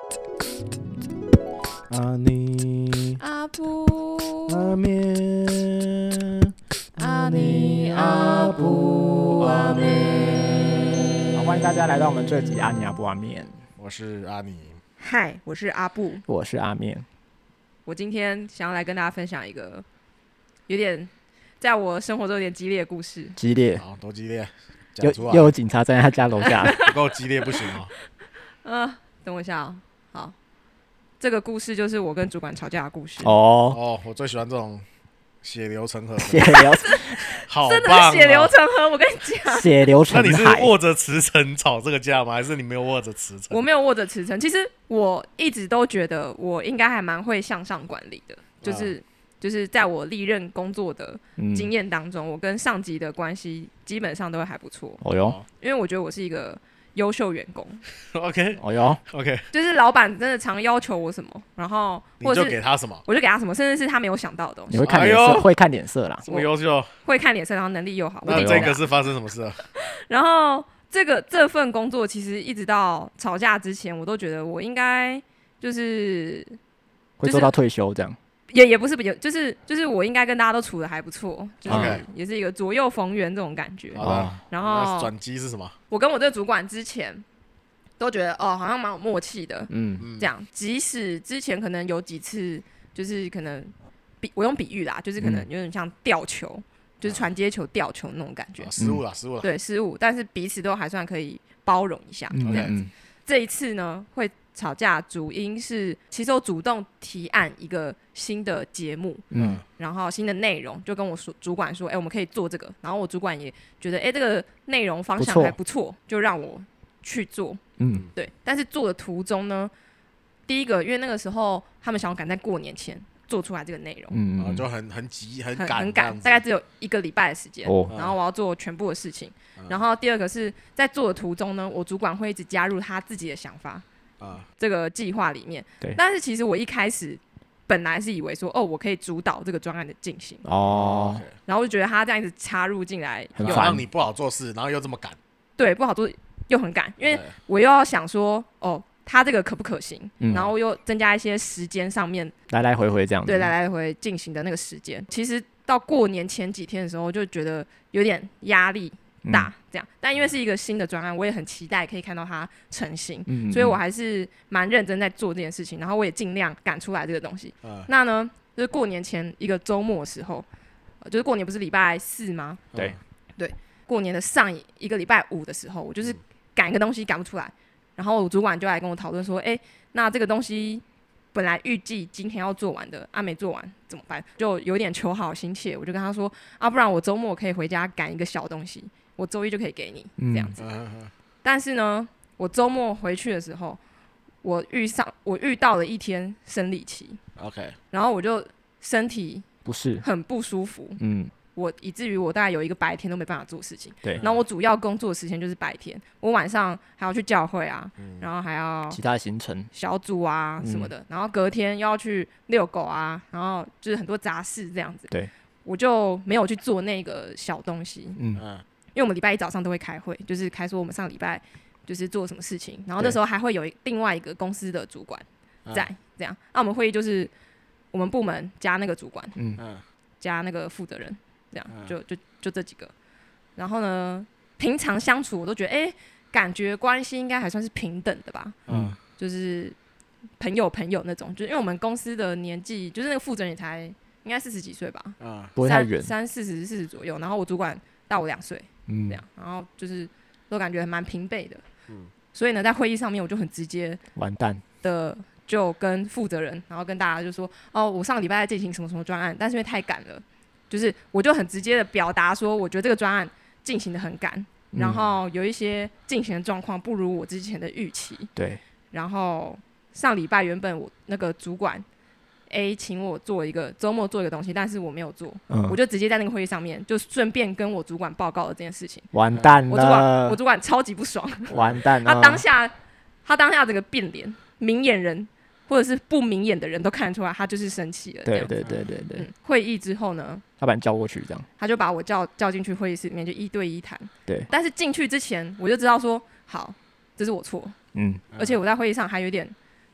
阿尼阿布阿面阿尼阿布阿面。 好，欢迎大家来到我们这集阿尼阿布阿面。 我是阿尼。 嗨，我是阿布。 我是阿面。 我今天想要来跟大家分享一个有点在我生活中有点激烈的故事。 激烈， 好，多激烈，讲出来。 又有警察站在他家楼下。 不够激烈不行哦。 等我一下哦。好，这个故事就是我跟主管吵架的故事。 哦， 我最喜欢这种血流成河的， 血流， 好棒、 真的是血流成河，我跟你讲。 血流成海。 那你是握着驰骋吵这个架吗？还是你没有握着驰骋？ 我没有握着驰骋。其实我一直都觉得我应该还蛮会向上管理的，就是在我历任工作的经验当中，我跟上级的关系基本上都会还不错。 哦哟， 因为我觉得我是一个优秀员工。 OK， 哦哟 OK， 就是老板真的常要求我什么，然后或者你就给他什么， 我就给他什么，甚至是他没有想到的东西。 你会看脸色，会看脸色啦。 这么优秀， 会看脸色，然后能力又好。 那这个是发生什么事了？ 然后这份工作其实一直到吵架之前，我都觉得我应该就是会做到退休这样。 也不是比较，就是我应该跟大家都处得还不错，就是 OK 也是一个左右逢源这种感觉。 好的， 然后那转机是什么？ 我跟我这个主管之前都觉得好像蛮有默契的，这样。即使之前可能有几次，就是可能我用比喻啦，就是可能有点像吊球，就是传接球、吊球那种感觉。 失误了，对， 失误，但是彼此都还算可以包容一下，这样子。这一次呢，会吵架主因是，其实我主动提案一个新的节目，然后新的内容，就跟我主管说，我们可以做这个。然后我主管也觉得，这个内容方向还不错，就让我去做。对。但是做的途中呢，第一个，因为那个时候他们想要赶在过年前做出来这个内容， 就很急，很赶，大概只有1个礼拜的时间，然后我要做全部的事情。然后第二个是在做的途中呢，我主管会一直加入他自己的想法。这个计划里面，但是其实我一开始本来是以为说，我可以主导这个专案的进行，然后我就觉得他这样一直插入进来， 让你不好做事，然后又这么赶， 对，不好做又很赶，因为我又要想说，他这个可不可行，然后又增加一些时间上面来来回回这样子， 对，来来回回进行的那个时间，其实到过年前几天的时候，就觉得有点压力大，这样。但因为是一个新的专案，我也很期待可以看到它成型，所以我还是蛮认真在做这件事情，然后我也尽量赶出来这个东西。那呢，就是过年前一个周末的时候，就是过年不是礼拜4吗？ 对， 过年的上一个礼拜5的时候，我就是赶一个东西赶不出来，然后我主管就来跟我讨论说，那这个东西本来预计今天要做完的，没做完怎么办？就有点求好心切，我就跟他说，不然我周末可以回家赶一个小东西，我周一就可以给你这样子。但是呢，我周末回去的时候，我遇到了一天生理期 ，OK， 然后我就身体很不舒服，我以至于我大概有一个白天都没办法做事情。 对， 然后我主要工作的时间就是白天，我晚上还要去教会啊，然后还要其他的行程、 小组啊什么的，然后隔天又要去遛狗啊，然后就是很多杂事这样子。 对， 我就没有去做那个小东西。因为我们礼拜一早上都会开会，就是开说我们上礼拜就是做什么事情，然后那时候还会有另外一个公司的主管在，这样。那我们会议就是我们部门加那个主管，加那个负责人，这样就这几个。然后呢，平常相处我都觉得，感觉关系应该还算是平等的吧，就是朋友那种。就是因为我们公司的年纪，就是那个负责人也才应该40几岁吧， 不会太远 ，40左右。然后我主管大我2岁，这样，然后就是都感觉蛮平辈的，所以呢，在会议上面我就很直接， 完蛋的就跟负责人，然后跟大家就说，我上个礼拜在进行什么什么专案，但是因为太赶了，就是我就很直接的表达说，我觉得这个专案进行的很赶，然后有一些进行的状况不如我之前的预期， 对， 然后上礼拜原本我那个主管请我做一个周末做一个东西，但是我没有做，我就直接在那个会议上面就顺便跟我主管报告了这件事情。 完蛋了！ 我主管超级不爽， 完蛋了！ 他当下整个变脸，明眼人或者是不明眼的人都看得出来，他就是生气了。 对。 会议之后呢， 他把你叫过去，这样他就把我叫进去会议室里面，就1对1谈。 对。 但是进去之前，我就知道说，好，这是我错。而且我在会议上还有点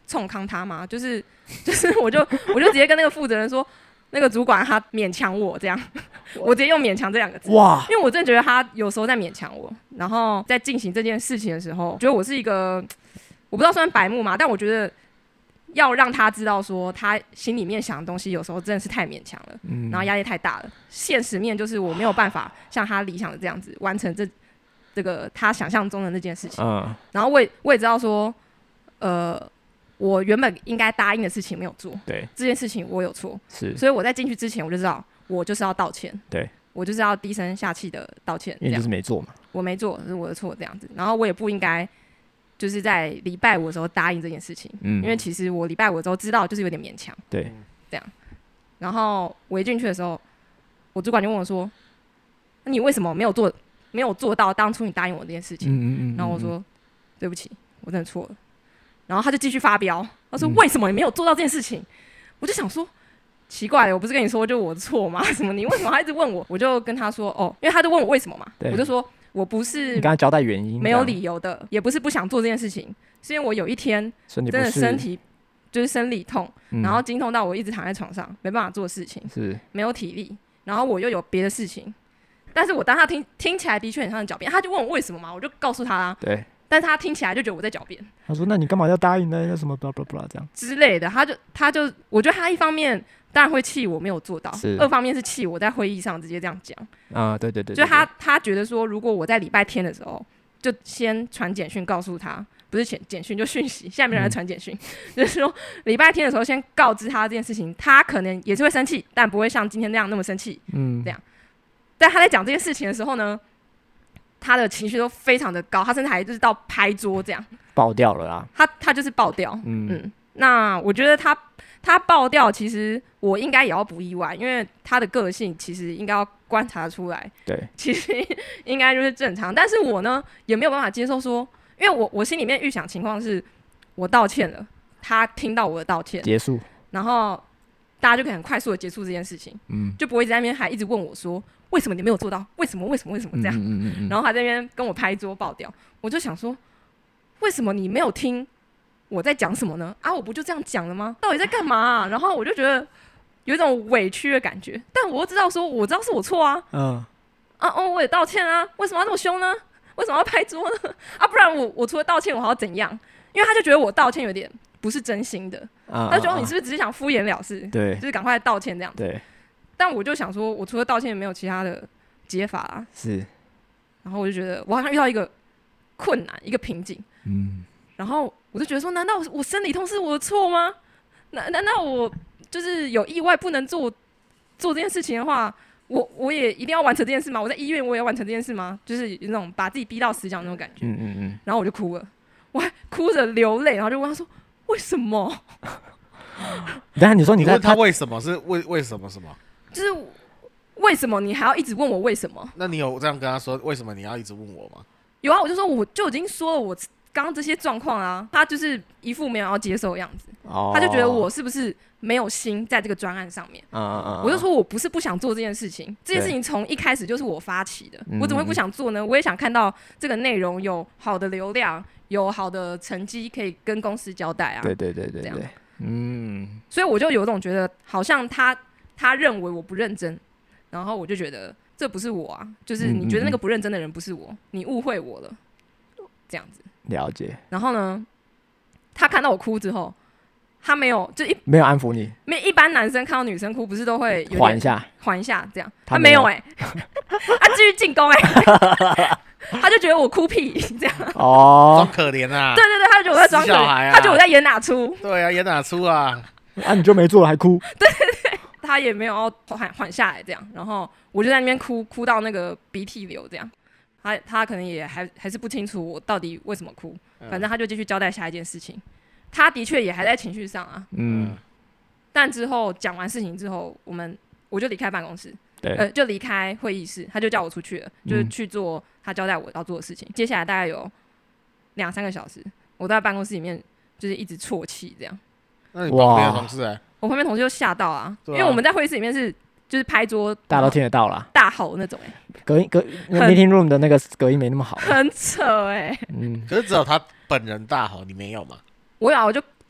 冲康他吗？就是我就直接跟那个负责人说，那个主管他勉强我这样，我直接用勉强这2个字。哇！因为我真的觉得他有时候在勉强我，然后在进行这件事情的时候，觉得我是一个我不知道算白目嘛，但我觉得要让他知道说他心里面想的东西有时候真的是太勉强了，然后压力太大了。现实面就是我没有办法像他理想的这样子完成这个他想象中的那件事情。然后我也知道说，我原本应该答应的事情没有做，对这件事情我有错，所以我在进去之前我就知道我就是要道歉，对我就是要低声下气的道歉，因为就是没做嘛，我没做是我的错这样子。然后我也不应该就是在礼拜五的时候答应这件事情，因为其实我礼拜五的时候知道就是有点勉强，对，这样。然后我一进去的时候，我主管就问我说：“你为什么没有做到当初你答应我这件事情？”然后我说：“对不起，我真的错了。”然后他就继续发飙，他说：“为什么你没有做到这件事情？”我就想说，奇怪了，我不是跟你说就我的错吗？什么你为什么还一直问我？我就跟他说：“哦，因为他就问我为什么嘛。”我就说我不是你跟他交代原因，没有理由的，也不是不想做这件事情，是因为我有一天真的身体就是生理痛，然后经痛到我一直躺在床上没办法做事情，是没有体力，然后我又有别的事情，但是我当他听起来的确很像狡辩，他就问我为什么嘛，我就告诉他啦，对，但是他听起来就觉得我在狡辩，他说那你干嘛要答应呢？那什么 blah blah blah 这样之类的，他就我觉得他一方面当然会气我没有做到，二方面是气我在会议上直接这样讲啊，对，就他觉得说如果我在礼拜天的时候就先传简讯告诉他。不是简讯就讯息，现在没人来传简讯，就是说礼拜天的时候先告知他这件事情，他可能也是会生气，但不会像今天那样那么生气，这样。但他在讲这件事情的时候呢，他的情绪都非常的高，他甚至还就是到拍桌这样，爆掉了啦。他就是爆掉，那我觉得他爆掉，其实我应该也要不意外，因为他的个性其实应该要观察出来，对，其实应该就是正常。但是我呢也没有办法接受说。因为我心里面预想情况是，我道歉了，他听到我的道歉结束，然后大家就可以很快速的结束这件事情，就不会在那边还一直问我说为什么你没有做到，为什么这样，然后还在那边跟我拍桌爆掉，我就想说，为什么你没有听我在讲什么呢？啊，我不就这样讲了吗？到底在干嘛啊？然后我就觉得有一种委屈的感觉，但我又知道说，我知道是我错啊，我也道歉啊，为什么要这么凶呢？为什么要拍桌呢？啊，不然我除了道歉，我还要怎样？因为他就觉得我道歉有点不是真心的，他觉得你是不是只是想敷衍了事？对，就是赶快道歉这样子。对。但我就想说，我除了道歉，没有其他的解法啊。是。然后我就觉得，我好像遇到一个困难，一个瓶颈。然后我就觉得说，难道我生理痛是我的错吗？难道我就是有意外不能做这件事情的话？我也一定要完成这件事吗？我在医院我也要完成这件事吗？就是有那种把自己逼到死角那种感觉。然后我就哭了，我还哭着流泪，然后就问他说：“为什么？”等下你说你问他为什么是为什么什么？就是为什么你还要一直问我为什么？那你有这样跟他说为什么你要一直问我吗？有啊，我就说我就已经说了我刚刚这些状况啊，他就是一副没有要接受的样子，他就觉得我是不是没有心在这个专案上面，我就说我不是不想做这件事情，这件事情从一开始就是我发起的，我怎么会不想做呢？我也想看到这个内容有好的流量，有好的成绩可以跟公司交代啊，对，这样，所以我就有种觉得好像他认为我不认真，然后我就觉得这不是我啊，就是你觉得那个不认真的人不是我，你误会我了，这样子。了解。然后呢，他看到我哭之后，他没有没有安抚你。一般男生看到女生哭，不是都会缓一下这样。他没有他继续进攻他就觉得我哭屁这样。装可怜啊！对，他就觉得我在装可怜，他觉得我在演哪出？对啊，演哪出啊？你就没做了还哭？对，他也没有要缓下来这样，然后我就在那边哭到那个鼻涕流这样。他可能也还是不清楚我到底为什么哭，反正他就继续交代下一件事情。他的确也还在情绪上啊，但之后讲完事情之后，我就离开办公室，就离开会议室，他就叫我出去了，就是去做他交代我要做的事情。接下来大概有2-3个小时，我都在办公室里面就是一直啜泣这样。那你旁边的同事我旁边同事就吓到啊，因为我们在会议室里面就是拍桌，大家都听得到啦，大吼那种meeting room 的那个隔音没那么好，很扯可是只有他本人大吼，你没有吗？我有啊，我就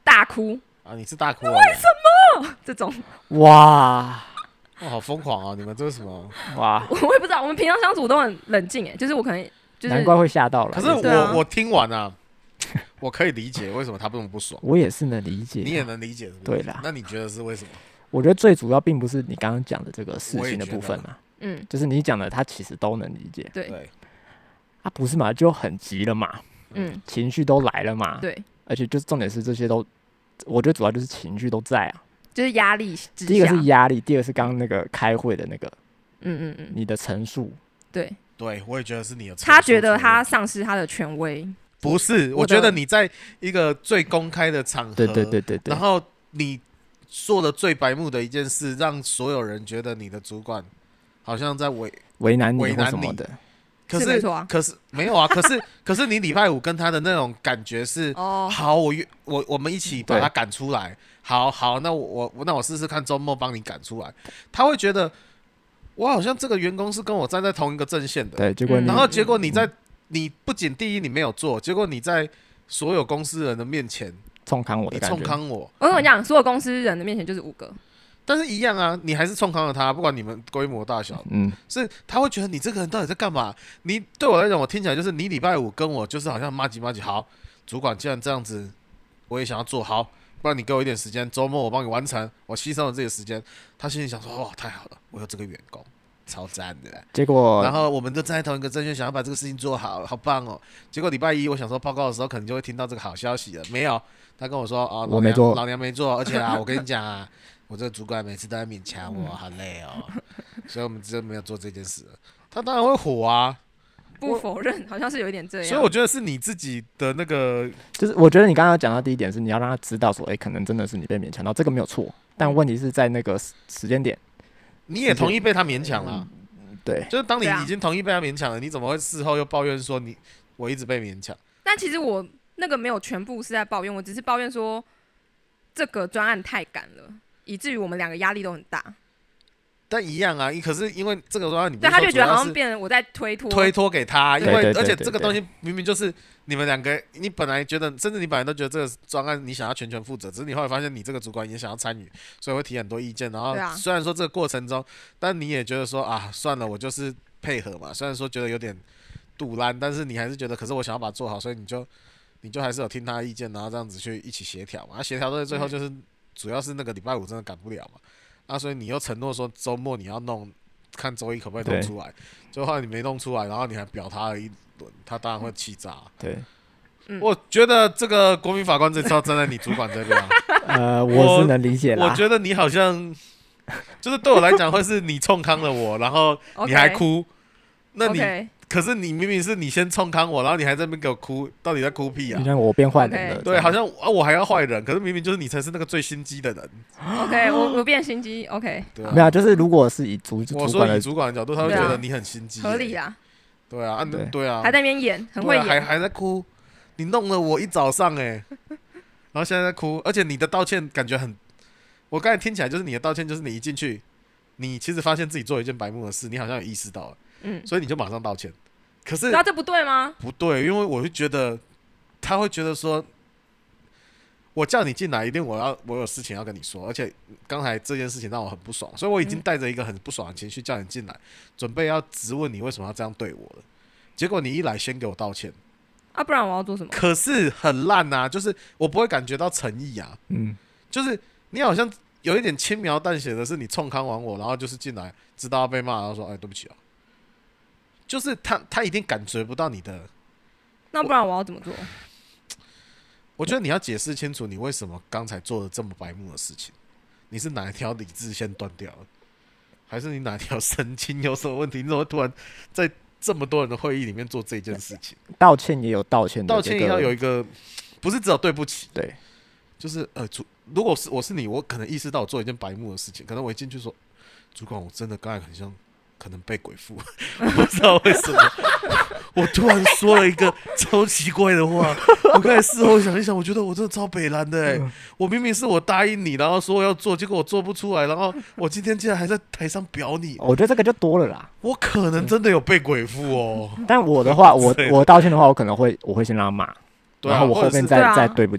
大哭啊！你是大哭，为什么？这种哇， 好疯狂啊！你们这是什么？ 哇， 我也不知道，我们平常相处都很冷静就是我可能就是难怪会吓到了。 可是我听完啊，我可以理解为什么他这么不爽。 我也是能理解， 你也能理解，是不是？ 对啦。 那你觉得是为什么？ 我觉得最主要并不是你刚刚讲的这个事情的部分嘛，就是你讲的，他其实都能理解。 对， 啊，不是嘛，就很急了嘛，情绪都来了嘛， 对， 而且就是重点是这些都，我觉得主要就是情绪都在啊， 就是压力之下。 第一个是压力，第二个是刚刚那个开会的那个，你的陈述， 对， 我也觉得是你的陈述。 他觉得他丧失他的权威。 不是，我觉得你在一个最公开的场合， 对，然后你做了最白目的一件事，让所有人觉得你的主管好像在为难你或什么的。 可是没错啊， 可是没有啊，可是你礼拜五跟他的那种感觉是，好，我们一起把他赶出来，好，那我试试看周末帮你赶出来，他会觉得我好像这个员工是跟我站在同一个阵线的， 对，结果你不仅第一你没有做，结果你在所有公司人的面前冲康我的感觉， 你冲康我。 我跟你讲，所有公司人的面前就是5个， 但是一样啊，你还是冲康了他，不管你们规模大小，是他会觉得你这个人到底在干嘛？你对我来讲，我听起来就是你礼拜五跟我就是好像麻吉，好，主管既然这样子，我也想要做好，不然你给我一点时间，周末我帮你完成，我牺牲了自己的时间。他心里想说，哇，太好了，我有这个员工。超赞的， 结果， 然后我们都站在同一个阵线，想要把这个事情做好，好棒哦。结果礼拜一我想说报告的时候，可能就会听到这个好消息了。没有，他跟我说啊， 我没做， 老娘没做，而且啊，我跟你讲啊，我这个主管每次都在勉强我，好累哦。所以我们真没有做这件事了。他当然会火啊， 不否认，好像是有一点这样。 所以我觉得是你自己的那个， 就是我觉得你刚刚讲到第一点是你要让他知道说，可能真的是你被勉强到，这个没有错。但问题是在那个时间点。 你也同意被他勉强了， 对， 就是当你已经同意被他勉强了，你怎么会事后又抱怨说我一直被勉强？ 但其实我那个没有全部是在抱怨，我只是抱怨说这个专案太赶了，以至于我们2个压力都很大。 但一样啊，可是因为这个专案， 对，他就觉得好像变成我在推脱给他，因为而且这个东西明明就是你们2个，你本来觉得，甚至你本来都觉得这个专案你想要全权负责，只是你后来发现你这个主管也想要参与，所以会提很多意见。然后虽然说这个过程中，但你也觉得说啊，算了，我就是配合嘛。虽然说觉得有点杜烂，但是你还是觉得，可是我想要把它做好，所以你就还是有听他的意见，然后这样子去一起协调嘛。协调到最后就是主要是那个礼拜五真的赶不了嘛。所以你又承诺说周末你要弄，看周一可不可以弄出来，最后你没弄出来，然后你还表他了一轮，他当然会气炸。 对， 我觉得这个国民法官这次要站在你主管这边我是能理解啦。 我觉得你好像就是对我来讲会是你冲康了我，然后你还哭，那你可是你明明是你先冲康我，然后你还在那边给我哭，到底在哭屁啊？ 你像我变坏人了， 对，好像我还要坏人，可是明明就是你才是那个最心机的人。 OK， 我变心机 ，OK， 对啊， 没有，就是如果是以我说以主管的角度，他会觉得你很心机， 合理啊。 对啊，对啊， 还在那边演，很会演， 还在哭，你弄了我一早上然后现在在哭，而且你的道歉感觉很，我刚才听起来就是你的道歉就是你一进去，你其实发现自己做了一件白目的事，你好像有意识到了。所以你就马上道歉，可是这不对吗？ 不对，因为我会觉得他会觉得说，我叫你进来，一定我有事情要跟你说，而且刚才这件事情让我很不爽，所以我已经带着一个很不爽的情绪叫你进来，准备要质问你为什么要这样对我了。结果你一来先给我道歉， 不然我要做什么？ 可是很烂啊，就是我不会感觉到诚意啊，就是你好像有一点轻描淡写的是你冲康完我，然后就是进来知道要被骂，然后说对不起啊。就是他一定感觉不到你的， 那不然我要怎么做？ 我觉得你要解释清楚你为什么刚才做了这么白目的事情。你是哪一条理智先断掉了，还是你哪条神经有什么问题？你怎么会突然在这么多人的会议里面做这件事情？ 道歉也有道歉的、 道歉也要有一个，不是只有对不起。 对， 就是如果我是你，我可能意识到我做一件白目的事情，可能我一进去说，主管，我真的刚才很像。可能被鬼附，我不知道为什么，我突然说了一个超奇怪的话。我刚才事后想一想，我觉得我真的超北蓝的我明明是我答应你，然后说要做，结果我做不出来，然后我今天竟然还在台上表你。 我觉得这个就多了啦。 我可能真的有被鬼附哦。 但我的话，我道歉的话，我可能会先让他骂，然后我后面再对不起。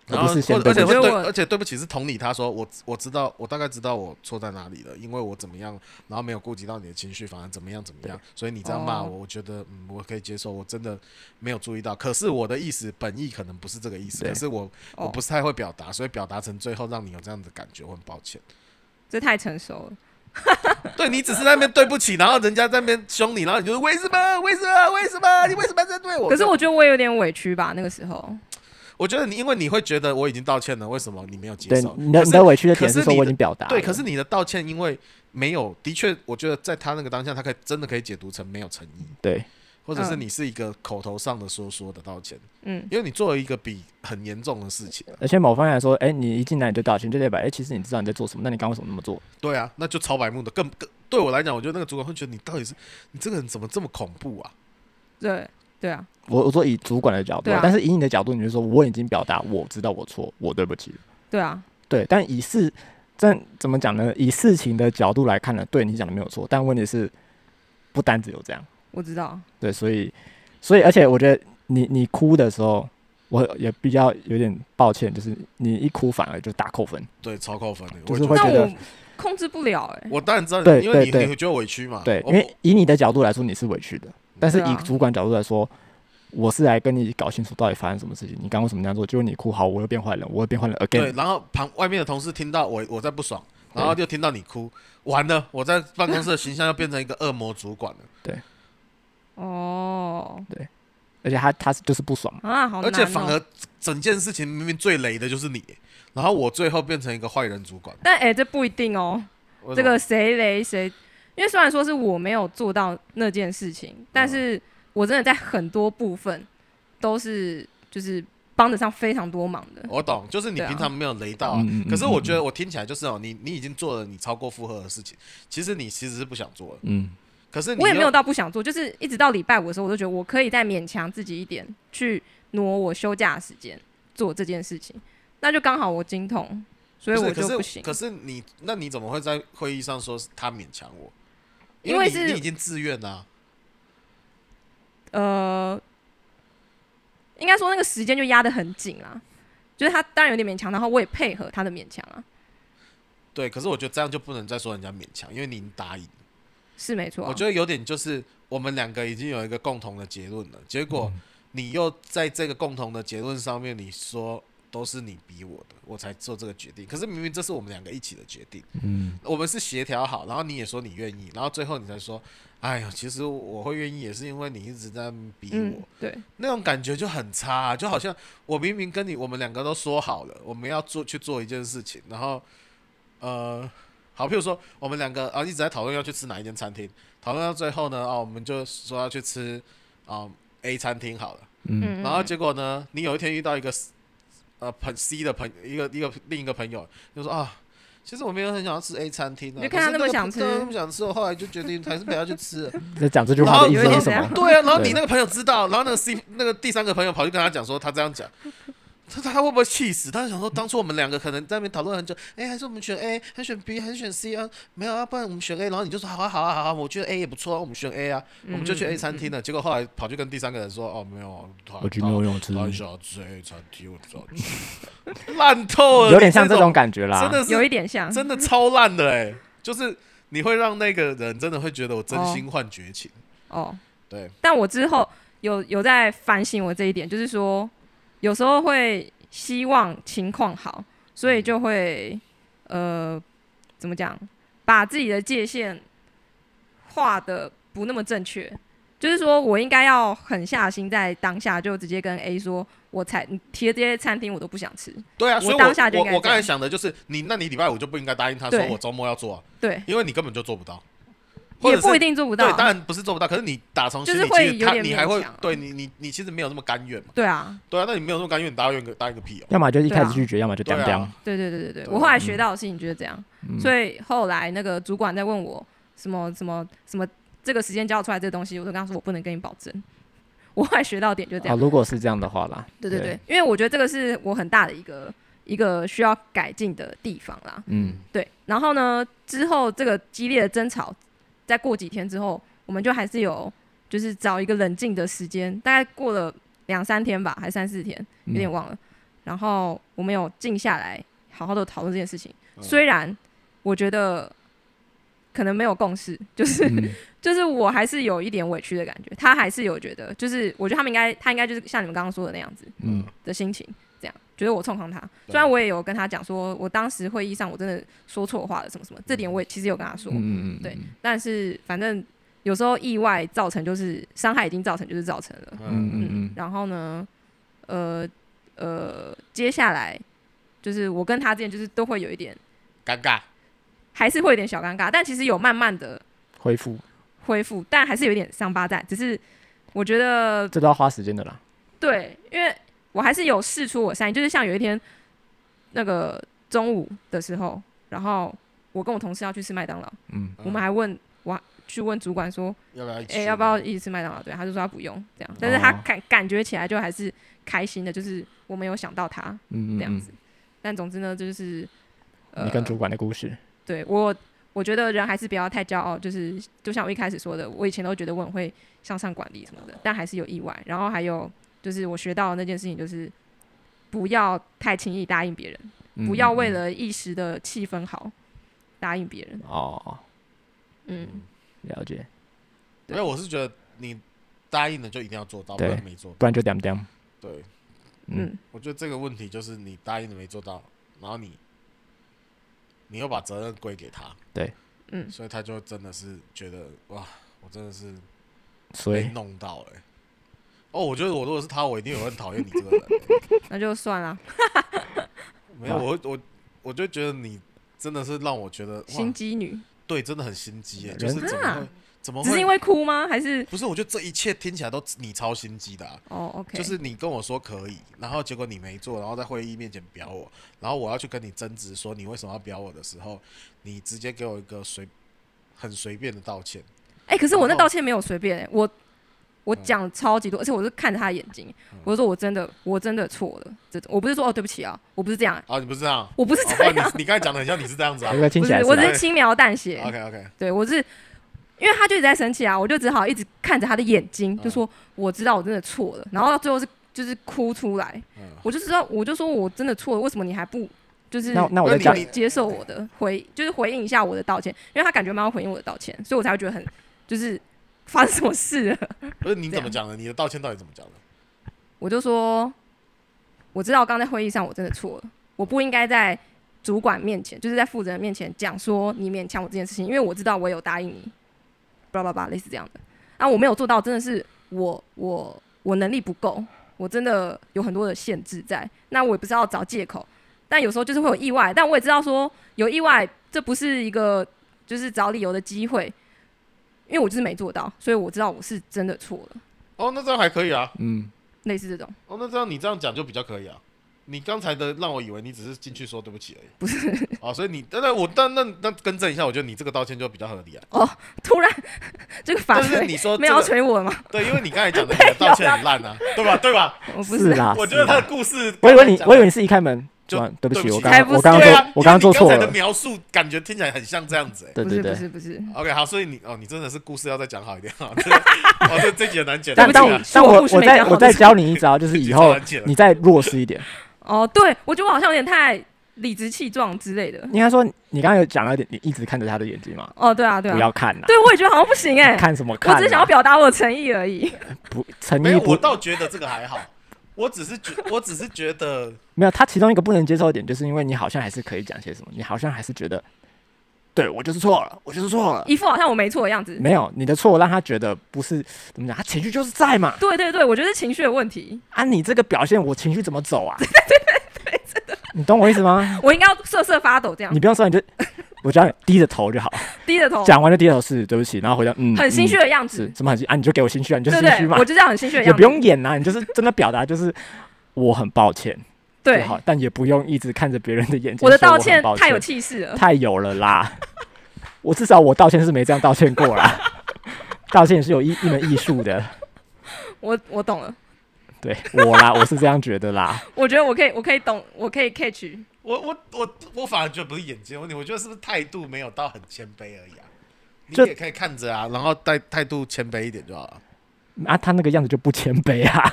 然后不是先对不起。 而且对不起是同理他说我知道，我大概知道我错在哪里了，因为我怎么样，然后没有顾及到你的情绪，反而怎么样，所以你这样骂我，我觉得我可以接受，我真的没有注意到。可是我的意思本意可能不是这个意思，可是我不是太会表达，所以表达成最后让你有这样的感觉，我很抱歉。 这太成熟了。 对，你只是在那边对不起，然后人家在那边凶你，然后你就说为什么你为什么在对我？ 可是我觉得我也有点委屈吧，那个时候。 我觉得因为你会觉得我已经道歉了，为什么你没有接受？ 对，你的委屈的点是说我已经表达了。 对，可是你的道歉因为没有，的确，我觉得在他那个当下，他真的可以解读成没有诚意。 对。 或者是你是一个口头上的说的道歉，因为你做了一个比很严重的事情， 而且某方面来说，你一进来你就道歉，就代表其实你知道你在做什么，那你刚为什么那么做？ 对啊，那就超白目的，更对我来讲，我觉得那个主管会觉得你到底是你这个人怎么这么恐怖啊？ 对啊， 我说以主管的角度，但是以你的角度，你就说我已经表达我知道我错，我对不起了。 对啊， 对，但怎么讲呢？以事情的角度来看呢，对你讲的没有错，但问题是不单只有这样。 我知道， 对，所以，而且我觉得你哭的时候，我也比较有点抱歉，就是你一哭反而就大扣分， 对，超扣分的， 就是会觉得我控制不了我当然知道， 对， 因为你会觉得委屈嘛， 对，因为以你的角度来说你是委屈的，但是以主管角度来说，我是来跟你搞清楚到底发生什么事情，你刚刚为什么那样做，结果你哭，好，我又变坏人again。 对，然后外面的同事听到我在不爽，然后就听到你哭，完了，我在办公室的形象又变成一个恶魔主管了， 对。 对， 而且他就是不爽啊，好难。 而且反而整件事情明明最雷的就是你，然后我最后变成一个坏人主管。 但这不一定哦，这个谁雷谁，因为虽然说是我没有做到那件事情，但是我真的在很多部分都是就是帮得上非常多忙的。 我懂，就是你平常没有雷到可是我觉得我听起来就是你已经做了你超过负荷的事情，其实是不想做的。可是我也没有到不想做，就是一直到礼拜五的时候，我就觉得我可以再勉强自己一点，去挪我休假的时间做这件事情。那就刚好我经痛，所以我就不行。 可是那你怎么会在会议上说他勉强我？因为你已经自愿啦。 应该说那个时间就压得很紧啦，就是他当然有点勉强，然后我也配合他的勉强啊。 对，可是我觉得这样就不能再说人家勉强，因为你已经答应了。 是没错， 我觉得有点就是我们两个已经有一个共同的结论了，结果你又在这个共同的结论上面，你说都是你逼我的，我才做这个决定。可是明明这是我们两个一起的决定，我们是协调好，然后你也说你愿意，然后最后你才说，哎呀，其实我会愿意也是因为你一直在逼我， 对， 那种感觉就很差就好像我明明跟我们两个都说好了，我们要去做一件事情，然后好，譬如说我们两个一直在讨论要去吃哪一间餐厅，讨论到最后呢，我们就说要去吃A 餐厅好了，然后结果呢，你有一天遇到一个C 的另一个朋友，就说其实我没有很想要吃 A 餐厅就看他那么想吃， 那么想吃，我后来就决定还是陪他去吃了。 在讲这句话的意思是什么？ 对啊，然后你那个朋友知道，然后那个第三个朋友跑去跟他讲说他这样讲。他会不会气死？他想说，当初我们两个可能在那边讨论很久，还是我们选 A， 还是选 B， 还是选 C 啊？没有啊，不然我们选 A。然后你就说好啊，我觉得 A 也不错，我们选 A 啊，我们就去 A 餐厅了。结果后来跑去跟第三个人说，没有， 我就没有用吃， 他想要吃 A 餐厅，我不知道去，烂透了， 有点像这种感觉啦， 真的是有一点像， 真的超烂的就是你会让那个人真的会觉得我真心换绝情。对。 但我之后有在反省我这一点，就是说有时候会希望情况好，所以就会怎么讲，把自己的界限画的不那么正确。就是说我应该要狠下心，在当下就直接跟 A 说，你提的这些餐厅我都不想吃。 对啊，所以当下就应该我刚才想的就是那你礼拜五就不应该答应他说我周末要做啊。 对， 因为你根本就做不到。 也不一定做不到， 对，当然不是做不到，可是你打从心里， 就是会有点你还会对你其实没有那么甘愿嘛。 对啊， 那你没有那么甘愿，你答应个屁要么就一开始拒绝，要么就丢掉。 对，我后来学到的事情就是这样，所以后来那个主管在问我什么这个时间交出来这个东西，我就跟他说我不能跟你保证。我后来学到点就这样。 如果是这样的话啦， 对，因为我觉得这个是我很大的一个需要改进的地方啦。对。然后呢，之后这个激烈的争吵。再过几天之后，我们就还是有，就是找一个冷静的时间，大概过了2-3天吧，还3-4天，有点忘了。 然后我们有静下来好好的讨论这件事情。虽然我觉得可能没有共识，就是我还是有一点委屈的感觉，他还是有觉得，就是我觉得他应该就是像你们刚刚说的那样子的心情，这样觉得我冲康他。虽然我也有跟他讲说，我当时会议上我真的说错话了什么什么，这点我也其实有跟他说，对，但是反正有时候意外造成就是伤害已经造成就是造成了，然后呢，接下来就是我跟他之间就是都会有一点尴尬， 还是会有点小尴尬，但其实有慢慢的恢复， 但还是有一点伤疤在，只是我觉得这都要花时间的啦。对， 因为我还是有释出我善意，就是像有一天那个中午的时候，然后我跟我同事要去吃麦当劳，我们还去问主管说要不要一起吃麦当劳，对，他就说他不用这样，但是他感觉起来就还是开心的，就是我没有想到他这样子，但总之呢，就是你跟主管的故事， 对我觉得人还是不要太骄傲，就像我一开始说的，我以前都觉得我很会向上管理什么的，但还是有意外。然后还有就是我学到的那件事情，就是不要太轻易答应别人，不要为了一时的气氛好答应别人。 了解。 因为我是觉得你答应了就一定要做到，不然没做到， 不然就点点。 对，我觉得这个问题就是你答应了没做到，然后你又把责任归给他， 对， 所以他就真的是觉得哇，我真的是被弄到我觉得我如果是他，我一定有很讨厌你这个人那就算了。 没有，我就觉得你真的是让我觉得心机女， 对，真的很心机就是怎么会？ 只是因为哭吗？还是不是？我觉得这一切听起来都你超心机的 OK， 就是你跟我说可以，然后结果你没做，然后在会议面前表我，然后我要去跟你争执说你为什么要表我的时候，你直接给我一个很随便的道歉。 可是我那道歉没有随便我讲超级多，而且我是看着他的眼睛，我就说我真的错了，我不是说对不起啊，我不是这样你不是这样， 我不是这样， 你刚才讲的很像你是这样子不是， 我只是轻描淡写。 OK， 对，我是因为他就一直在生气啊，我就只好一直看着他的眼睛，就说我知道我真的错了，然后到最后就是哭出来，我就说我真的错了，为什么你还不就是那我在接受我的就是回应一下我的道歉，因为他感觉蛮要回应我的道歉，所以我才会觉得很就是发生什么事了。 不是你怎么讲的？你的道歉到底怎么讲的？ 我就说我知道刚在会议上我真的错了，我不应该在主管面前，就是在负责人面前讲说你勉强我这件事情，因为我知道我有答应你，巴拉巴拉类似这样的。我没有做到，真的是我能力不够，我真的有很多的限制在。那我也不是要找借口，但有时候就是会有意外，但我也知道说有意外，这不是一个就是找理由的机会，因为我就是没做到，所以我知道我是真的错了。 那这样还可以啊， 类似这种。 那这样你这样讲就比较可以啊。你刚才的让我以为你只是进去说对不起而已， 不是所以你那更正一下，我觉得你这个道歉就比较合理突然这个法律你说没有要捶我吗？ 对，因为你刚才讲的你的道歉很烂啊，对吧？ 我不是啦， 我觉得他的故事， 我以为你是一开门就对不起，我刚刚做错了。 你刚才的描述感觉听起来很像这样子不是。 OK， 好，所以你真的是故事要再讲好一点这集很难剪。 但我再教你一招，就是以后你再弱势一点。 对，我觉得我好像有点太理直气壮之类的。 应该说，你刚刚有讲了一点，你一直看着他的眼睛嘛？ 对啊， 不要看对，我也觉得好像不行看什么看？ 我只是想要表达我的诚意而已。 诚意我倒觉得这个还好。我只是觉得没有。他其中一个不能接受的点，就是因为你好像还是可以讲些什么，你好像还是觉得，对我就是错了， 一副好像我没错的样子。 没有，你的错让他觉得不是怎么讲，他情绪就是在嘛。 对，我觉得是情绪的问题你这个表现，我情绪怎么走啊？ 对，真的。 你懂我意思吗？ 我应该要瑟发抖这样。 你不用说，你就我叫你低着头就好， 低着头， 讲完就低着头是对不起，然后回到很心虚的样子， 什么很心你就给我心虚你就是心虚嘛。 我就这样很心虚的样子， 也不用演你就是真的表达就是我很抱歉。 对， 但也不用一直看着别人的眼睛。 我的道歉太有气势了， 太有了啦！我至少我道歉是没这样道歉过啦，道歉是有一门艺术的。 我懂了。 对我是这样觉得啦。 我觉得我可以懂，我可以 catch。 我反而觉得不是眼睛问题，我觉得是不是态度没有到很谦卑而已啊？你也可以看着啊，然后态度谦卑一点就好了。 他那个样子就不谦卑啊。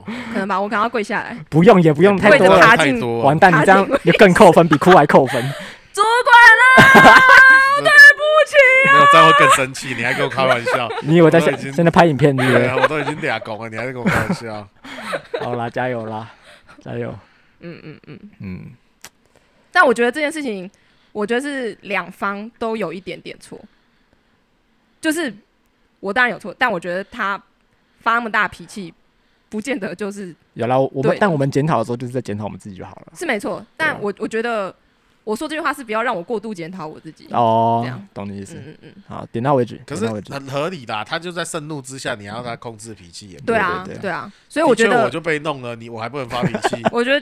可能吧，我可能要跪下来。 不用也不用太多了， 太多完蛋，你这样就更扣分，比哭还扣分。 主管啦，对不起啊！ 没有，这样会更生气。你还跟我开玩笑？ 你以为在现在拍影片？ 对啊，我都已经俩公了，你还在跟我开玩笑？ 好啦，加油啦，加油！ 但我觉得这件事情，我觉得是两方都有一点点错。就是我当然有错，但我觉得他发那么大脾气，不见得就是有啦。但我们检讨的时候，就是在检讨我们自己就好了。 是没错，但我觉得我说这句话是不要让我过度检讨我自己。 哦， 这样懂你意思。好，点到为止。 可是很合理的，他就在盛怒之下，你要他控制脾气也。 对啊，对啊，所以我觉得我就被弄了，我还不能发脾气。 我觉得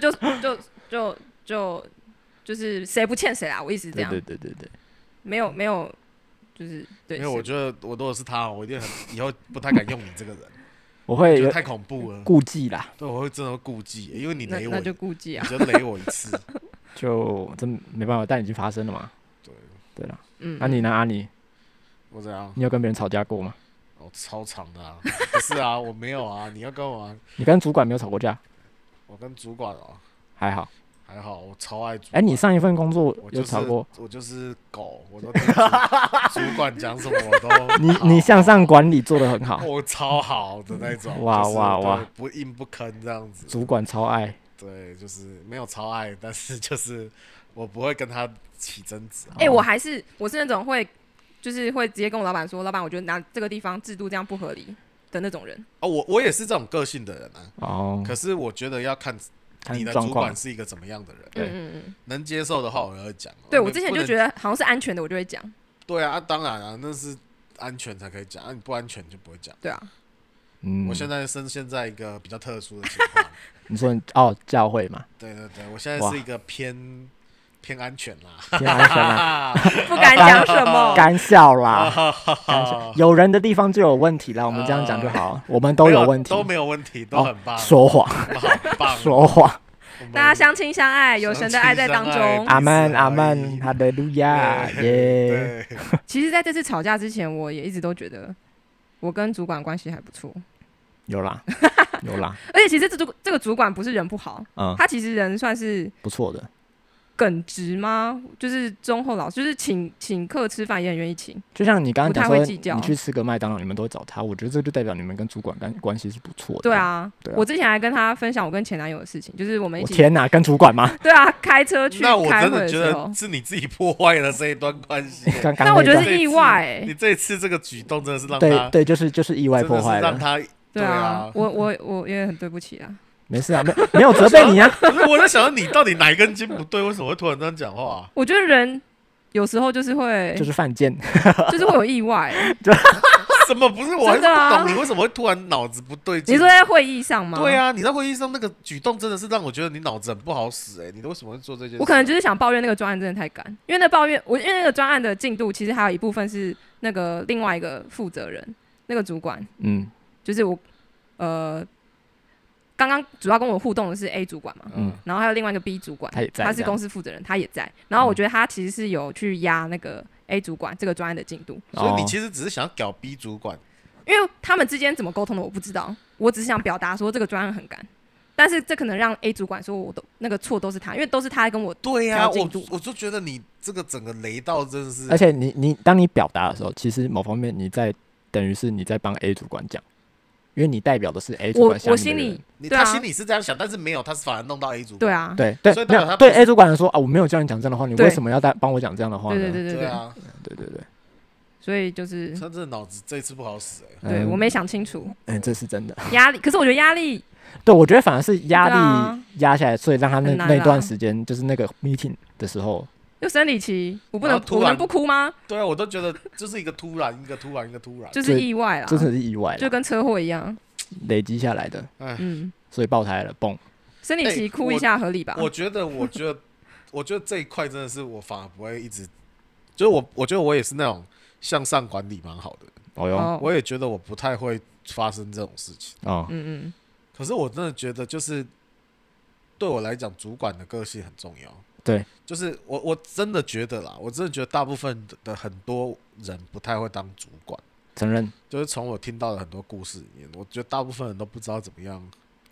就是谁不欠谁啊，我意思是这样。 对， 没有。就是对， 因为我觉得我如果是他，我一定以后不太敢用你这个人。 我会觉得太恐怖了， 顾忌啦。 对，我会真的会顾忌，因为你雷我， 那就顾忌啊， 你就雷我一次， 就真没办法，但已经发生了嘛。对了，那你呢，阿尼？ 我怎样？ 你有跟别人吵架过吗？ 哦，超长的啊，不是啊，我没有啊，你要跟我啊？ 你跟主管没有吵过架？ 我跟主管哦， 还好， 我超爱主管。 你上一份工作有吵过？ 我就是狗，我都听主管讲什么我都。 你向上管理做得很好， 我超好的那种。 哇， 不硬不吭这样子。 主管超爱。 对，就是没有超爱，但是就是我不会跟他起争执。 我是那种会直接跟我老板说，老板，我觉得这个地方制度这样不合理的那种人。 哦，我也是这种个性的人啊。 哦。 可是我觉得要看你的主管是一个怎么样的人，能接受的话我会讲。 对，我之前就觉得好像是安全的，我就会讲。 对啊，当然啊，那是安全才可以讲，你不安全就不会讲。 对啊， 我现在深陷在一个比较特殊的情况。 你说教会嘛？ 对，我现在是一个偏安全啦， 偏安全啦， 不敢讲什么， 干笑啦，有人的地方就有问题啦，我们这样讲就好，我们都有问题， 都没有问题，都很棒， 说谎， 好棒， 说谎， 大家相亲相爱，有神的爱在当中， 阿门阿门，哈利路亚，耶。 其实在这次吵架之前，我也一直都觉得我跟主管关系还不错。 有啦， 而且其实这个主管不是人不好，他其实人算是不错的， 耿直吗？就是忠厚老实，就是请客吃饭也很愿意请。 就像你刚刚讲说， 你去吃个麦当劳，你们都会找他，我觉得这就代表你们跟主管关系是不错的。 对啊，我之前还跟他分享我跟前男友的事情，就是我们一起。 天哪，跟主管吗？ 对啊，开车去开会的时候。 那我真的觉得是你自己破坏了这一段关系。 但我觉得是意外。 你这一次这个举动真的是让他对，就是意外破坏了， 让他。 对啊，我也很对不起啊。 没事啊，没有责备你啊。 不是，我在想你到底哪一根筋不对，为什么会突然这样讲话啊？ 我觉得人有时候就是犯贱， 就是会有意外。 什么不是？我还是不懂你为什么会突然脑子不对劲。 你说在会议上吗？ 对啊，你在会议上那个举动真的是让我觉得你脑子很不好使。你为什么会做这件事？ 我可能就是想抱怨那个专案真的太赶，因为那个专案的进度其实还有一部分是那个另外一个负责人那个主管，就是我刚刚主要跟我互动的是 A 主管嘛，然后还有另外一个 B 主管，他是公司负责人，他也在。然后我觉得他其实是有去压那个 A 主管这个专案的进度， 所以你其实只是想要搞 B 主管， 因为他们之间怎么沟通的我不知道，我只是想表达说这个专案很赶，但是这可能让 A 主管说我的那个错都是他，因为都是他跟我调进度。 我就觉得你这个整个雷到真的是， 而且你当你表达的时候，其实某方面你在等于是你在帮 A 主管讲。因为你代表的是 A 主管下面的人， 他心里是这样想，但是没有，他是反而弄到 A 主管。 对啊， 对， 所以他对 A 主管说我没有叫你讲这样的话，你为什么要帮我讲这样的话呢？ 对啊， 对。 所以就是他这脑子这一次不好使对我没想清楚。 这是真的压力，可是我觉得压力， 对我觉得反而是压力压下来，所以让他那段时间就是那个 meeting 的时候。 就生理期，我能不哭吗？ 对啊，我都觉得就是一个突然， 就是意外啦， 真的是意外， 就跟车祸一样累积下来的。所以爆胎了，蹦。 生理期哭一下合理吧？ 我觉得这一块真的是我反而不会一直，就是我觉得我也是那种向上管理蛮好的人。我也觉得我不太会发生这种事情。可是我真的觉得就是对我来讲，主管的个性很重要。 对， 就是我真的觉得啦，我真的觉得大部分的很多人不太会当主管， 承认。 就是从我听到的很多故事里面，我觉得大部分人都不知道怎么样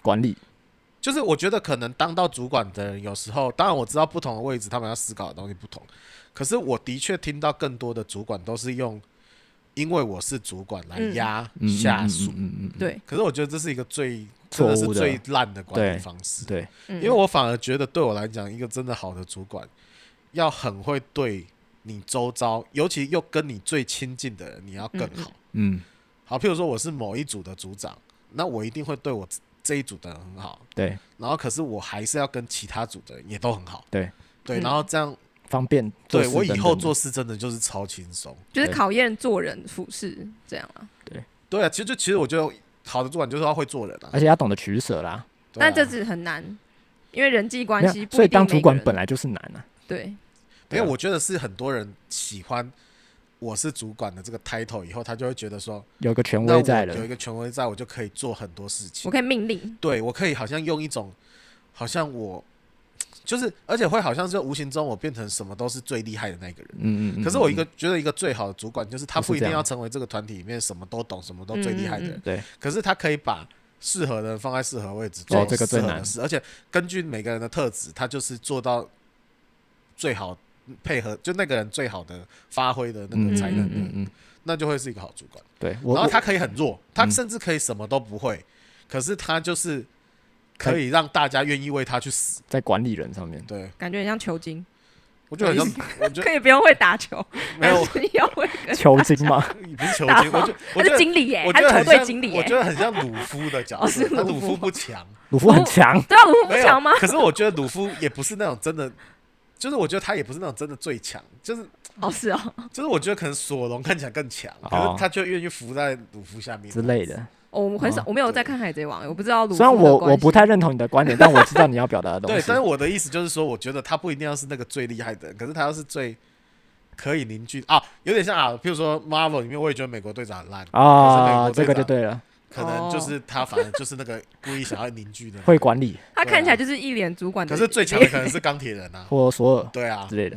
管理。 就是我觉得可能当到主管的人，有时候当然我知道不同的位置他们要思考的东西不同，可是我的确听到更多的主管都是用因为我是主管来压下属。 对。 可是我觉得这是一个真的是最烂的管理方式。 对， 因为我反而觉得对我来讲，一个真的好的主管要很会对你周遭，尤其又跟你最亲近的人，你要更好。好，譬如说我是某一组的组长，那我一定会对我这一组的人很好。 对。 然后可是我还是要跟其他组的人也都很好。 对。 然后这样方便。 对，我以后做事真的就是超轻松， 就是考验做人处事这样啊。 对啊，其实我觉得好的主管就是要会做人啊， 而且要懂得取舍啦。 但这只很难，因为人际关系不一定每个人， 所以当主管本来就是难啊。 对。 因为我觉得是很多人喜欢我是主管的这个 title 以后，他就会觉得说有一个权威在了， 有一个权威在，我就可以做很多事情， 我可以命令。 对，我可以好像用一种好像我就是，而且会好像是无形中我变成什么都是最厉害的那个人。可是我觉得一个最好的主管就是他不一定要成为这个团体里面什么都懂、什么都最厉害的人。 对。 可是他可以把适合的人放在适合位置做这个最难的事，而且根据每个人的特质，他就是做到最好配合，就那个人最好的发挥的那个才能。那就会是一个好主管。 对。 然后他可以很弱，他甚至可以什么都不会，可是他就是可以让大家愿意为他去死， 在管理人上面。 对， 感觉很像球精。 我觉得很像，我觉得可以不用会打球， 没有要会球精吗？ 不是球精，我觉得经理耶， 他是球队经理耶。 我觉得很像鲁夫的角色，他鲁夫不强， 鲁夫很强。 对啊，鲁夫不强吗？ 可是我觉得鲁夫也不是那种真的，就是我觉得他也不是那种真的最强，就是是哦， 就是我觉得可能索隆看起来更强，可是他就愿意服在鲁夫下面之类的。 我很少，我没有在看海贼王，我不知道鲁夫。 虽然我不太认同你的观点，但我知道你要表达的东西。 对，但是我的意思就是说，我觉得他不一定要是那个最厉害的人，可是他要是最可以凝聚啊，有点像啊，譬如说 Marvel 里面，我也觉得美国队长很烂啊，这个就对了。 可能就是他，反正就是那个故意想要凝聚的， 会管理。 他看起来就是一脸主管的。 可是最强的可能是钢铁人啊， 或索尔， 对啊之类的。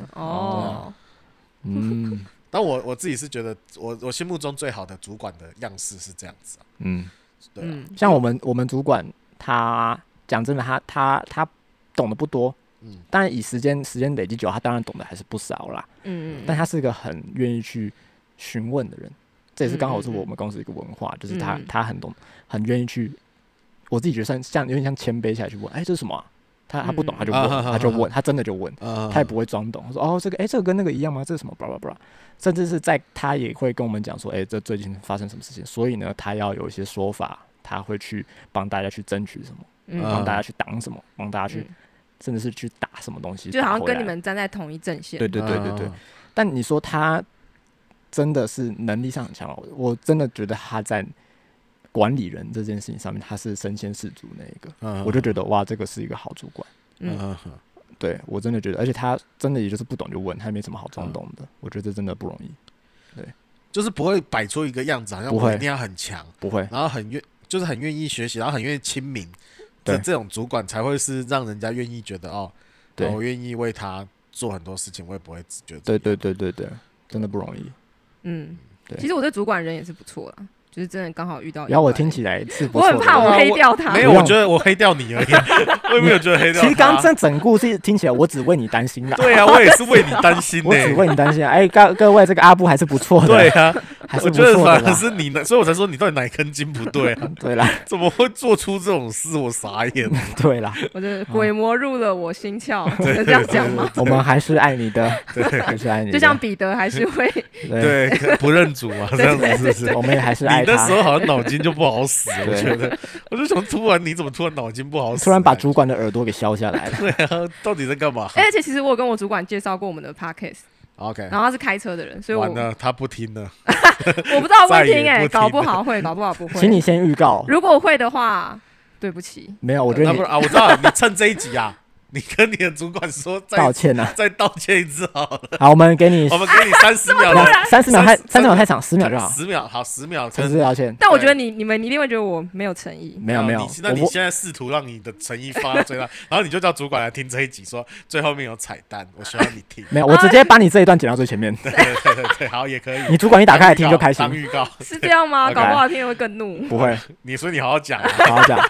但我自己是觉得，我心目中最好的主管的样式是这样子啊。对啊。 像我们主管，他讲真的，他懂得不多。当然以时间累积久，他当然懂得还是不少啦。但他是一个很愿意去询问的人，这也是刚好是我们公司一个文化，就是他很懂，很愿意去。我自己觉得像有点像谦卑下来去问，这是什么啊？他不懂他就问，他就问，他真的就问，他也不会装懂。说这个跟那个一样吗？这是什么？巴拉巴拉。甚至是他也会跟我们讲说，这最近发生什么事情，所以呢，他要有一些说法，他会去帮大家去争取什么，帮大家去挡什么，帮大家去，甚至是去打什么东西， 就好像跟你们站在同一阵线。 对。但你说他真的是能力上很强，我真的觉得他在管理人这件事情上面，他是身先士卒那一个，我就觉得哇，这个是一个好主管。对，我真的觉得，而且他真的也就是不懂就问，他也没什么好装懂的。我觉得这真的不容易。对， 就是不会摆出一个样子，好像我一定要很强， 不会， 然后很愿意学习，然后很愿意亲民。这种主管才会是让人家愿意觉得我愿意为他做很多事情，我也不会觉得。 对，真的不容易。 对。其实我对主管人也是不错啦。就是真的刚好遇到， 然后我听起来是不错的。 我很怕我黑掉他， 没有，我觉得我黑掉你而已，我也没有觉得黑掉他。 其实刚刚这整故事听起来，我只为你担心啦。 对啊，我也是为你担心的。 我只为你担心啊！各位，这个阿布还是不错的。 对啊， 还是不错的。 我觉得反而是你呢，所以我才说你到底哪根筋不对啊？ 对啦， 怎么会做出这种事？我傻眼。 对啦， 我的鬼魔入了我心窍，是这样讲吗？ 我们还是爱你的，还是爱你的。 就像彼得还是会对不认主嘛，这样子是不是？ 我们也还是爱他。 你那时候好像脑筋就不好使，我觉得，我就想你怎么突然脑筋不好使？ 突然把主管的耳朵给削下来了。 对啊，到底在干嘛？ 而且其实我有跟我主管介绍过我们的 podcast。OK， 然后他是开车的人，所以完了他不听了。 我不知道会听搞不好会，搞不好不会。 请你先预告， 如果会的话，对不起。 没有，我觉得我知道，你趁这一集啊。你跟你的主管说道歉啊， 再道歉一次好了。 好，我们给你 30秒 ，30秒太长，10秒就好。 10秒好，10秒诚挚道歉。 但我觉得你们一定会觉得我没有诚意。 没有， 那你现在试图让你的诚意发到最大，然后你就叫主管来听这一集，说最后面有彩蛋，我希望你听。 没有，我直接把你这一段剪到最前面。 对，好也可以。 你主管一打开来听就开心。 当预告是这样吗？搞不好听人会更怒。 不会， 所以你好好讲， 好好讲。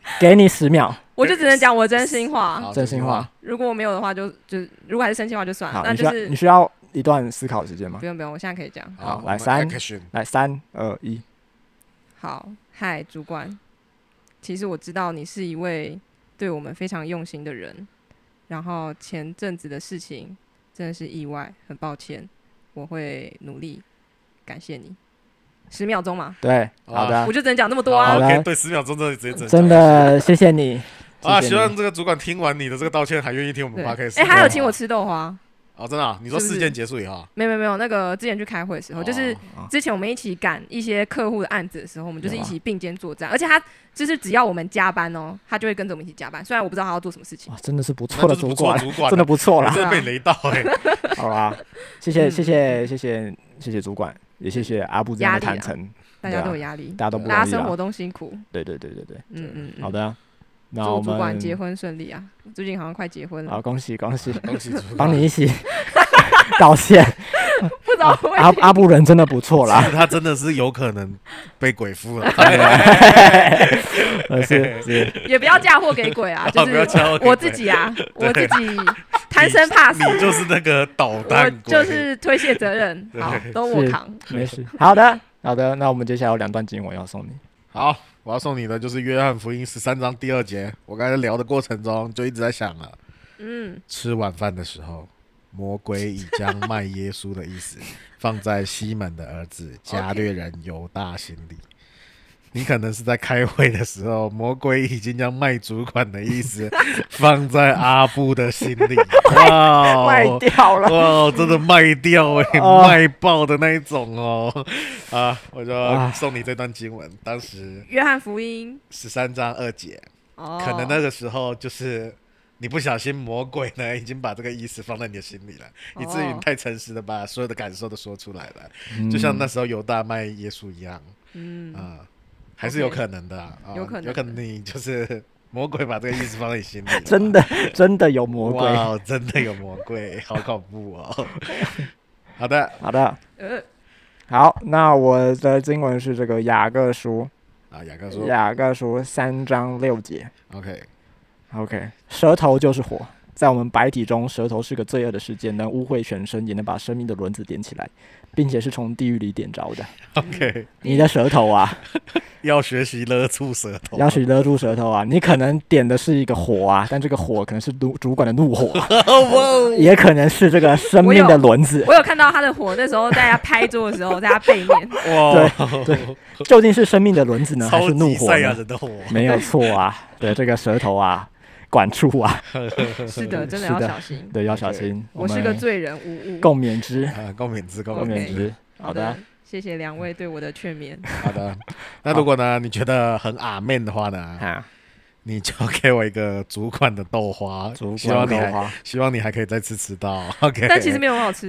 给你10秒， 我就只能讲我真心话。 真心话。 如果我没有的话就如果还是真心话就算了。那就是你需要一段思考时间吗？ 不用，我现在可以讲。 好，来3、2、1。 好，嗨，主管。其实我知道你是一位对我们非常用心的人，然后前阵子的事情真的是意外，很抱歉，我会努力，感谢你。10秒钟嘛， 对，好的， 我就只能讲那么多啊。 OK， 对，10秒钟真的直接真的谢谢你啊！希望这个主管听完你的这个道歉，还愿意听我们 podcast。 还有请我吃豆花。 哦，真的啊？你说事件结束以后？ 没有，那个之前去开会的时候，就是之前我们一起赶一些客户的案子的时候，我们就是一起并肩作战，而且他就是只要我们加班哦，他就会跟着我们一起加班。虽然我不知道他要做什么事情。 哇，真的是不错的主管，真的不错啦， 真的被雷到哎。 好啦，谢谢主管，也谢谢阿布这样的坦诚。 大家都有压力， 大家生活都辛苦。 对，好的。那我们祝主管结婚顺利啊！最近好像快结婚了。 好，恭喜！帮你一起道歉。 不知道阿布人真的不错啦， 他真的是有可能被鬼附了。 是， 也不要嫁祸给鬼啊！就是我自己啊，我自己贪生怕死。 你就是那个捣蛋鬼， 我就是推卸责任，好，都我扛。 没事。好的，那我们接下来有2段经文要送你。 好，我要送你的就是约翰福音13章第2节。我刚才聊的过程中就一直在想了，吃晚饭的时候，魔鬼已将卖耶稣的意思放在西门的儿子加略人犹大心里。你可能是在开会的时候，魔鬼已经将卖主管的意思放在阿布的心里。哇， 卖掉了！ 哇，真的卖掉卖爆的那一种哦。我就送你这段经文，当时约翰福音 13章2节。可能那个时候就是你不小心，魔鬼呢已经把这个意思放在你的心里了，以至于你太诚实的把所有的感受都说出来了，就像那时候犹大卖耶稣一样。还是有可能的，有可能你就是魔鬼把这个意思放在你心里。 真的有魔鬼， 哇，真的有魔鬼，好恐怖哦。好的， 好，那我的经文是这个雅各书雅各书3章6节。OK， 舌头就是火，在我们白体中，舌头是个罪恶的事件，能污秽全身，也能把生命的轮子点起来，并且是从地狱里点着的。 OK， 你的舌头啊， 要学习勒住舌头， 啊！你可能点的是一个火啊，但这个火可能是主管的怒火，也可能是这个生命的轮子。 我有看到他的火，那时候在他拍桌的时候，在他背面。 对，究竟是生命的轮子呢，还是怒火呢？ 火没有错啊，对，这个舌头啊。管处啊， 是的，真的要小心。 对，要小心。 我是个罪人，无误。 共勉之。 好的，谢谢2位对我的劝勉。 好的，那如果呢，你觉得很阿面的话呢？你就给我一个主管的豆花，希望你还可以再吃到。OK， 但其实没有很好吃。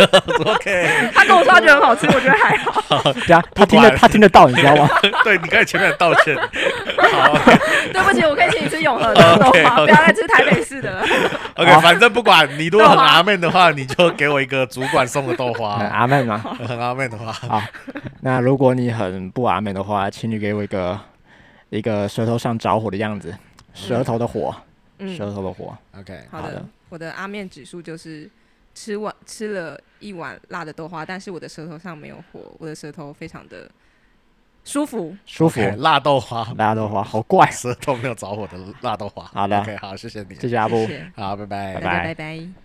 OK， 他跟我说他觉得很好吃，我觉得还好。 他听得到，你知道吗？ 对，你刚才前面道歉。好， 对不起，我可以请你吃永和的豆花，不要再吃台北市的了。 OK， 反正不管你如果很阿妹的话，你就给我一个主管送的豆花。 很阿妹吗？ 很阿妹的话。 好，那如果你很不阿妹的话，请你给我一个舌头上着火的样子，舌头的火。 OK， 好的。我的阿面指数就是吃了1碗辣的豆花，但是我的舌头上没有火，我的舌头非常的舒服。 Okay， 辣豆花， 好怪， 舌头没有着火的辣豆花。 好的， OK， 好，谢谢你， 谢谢阿布， 好，拜拜， 拜拜。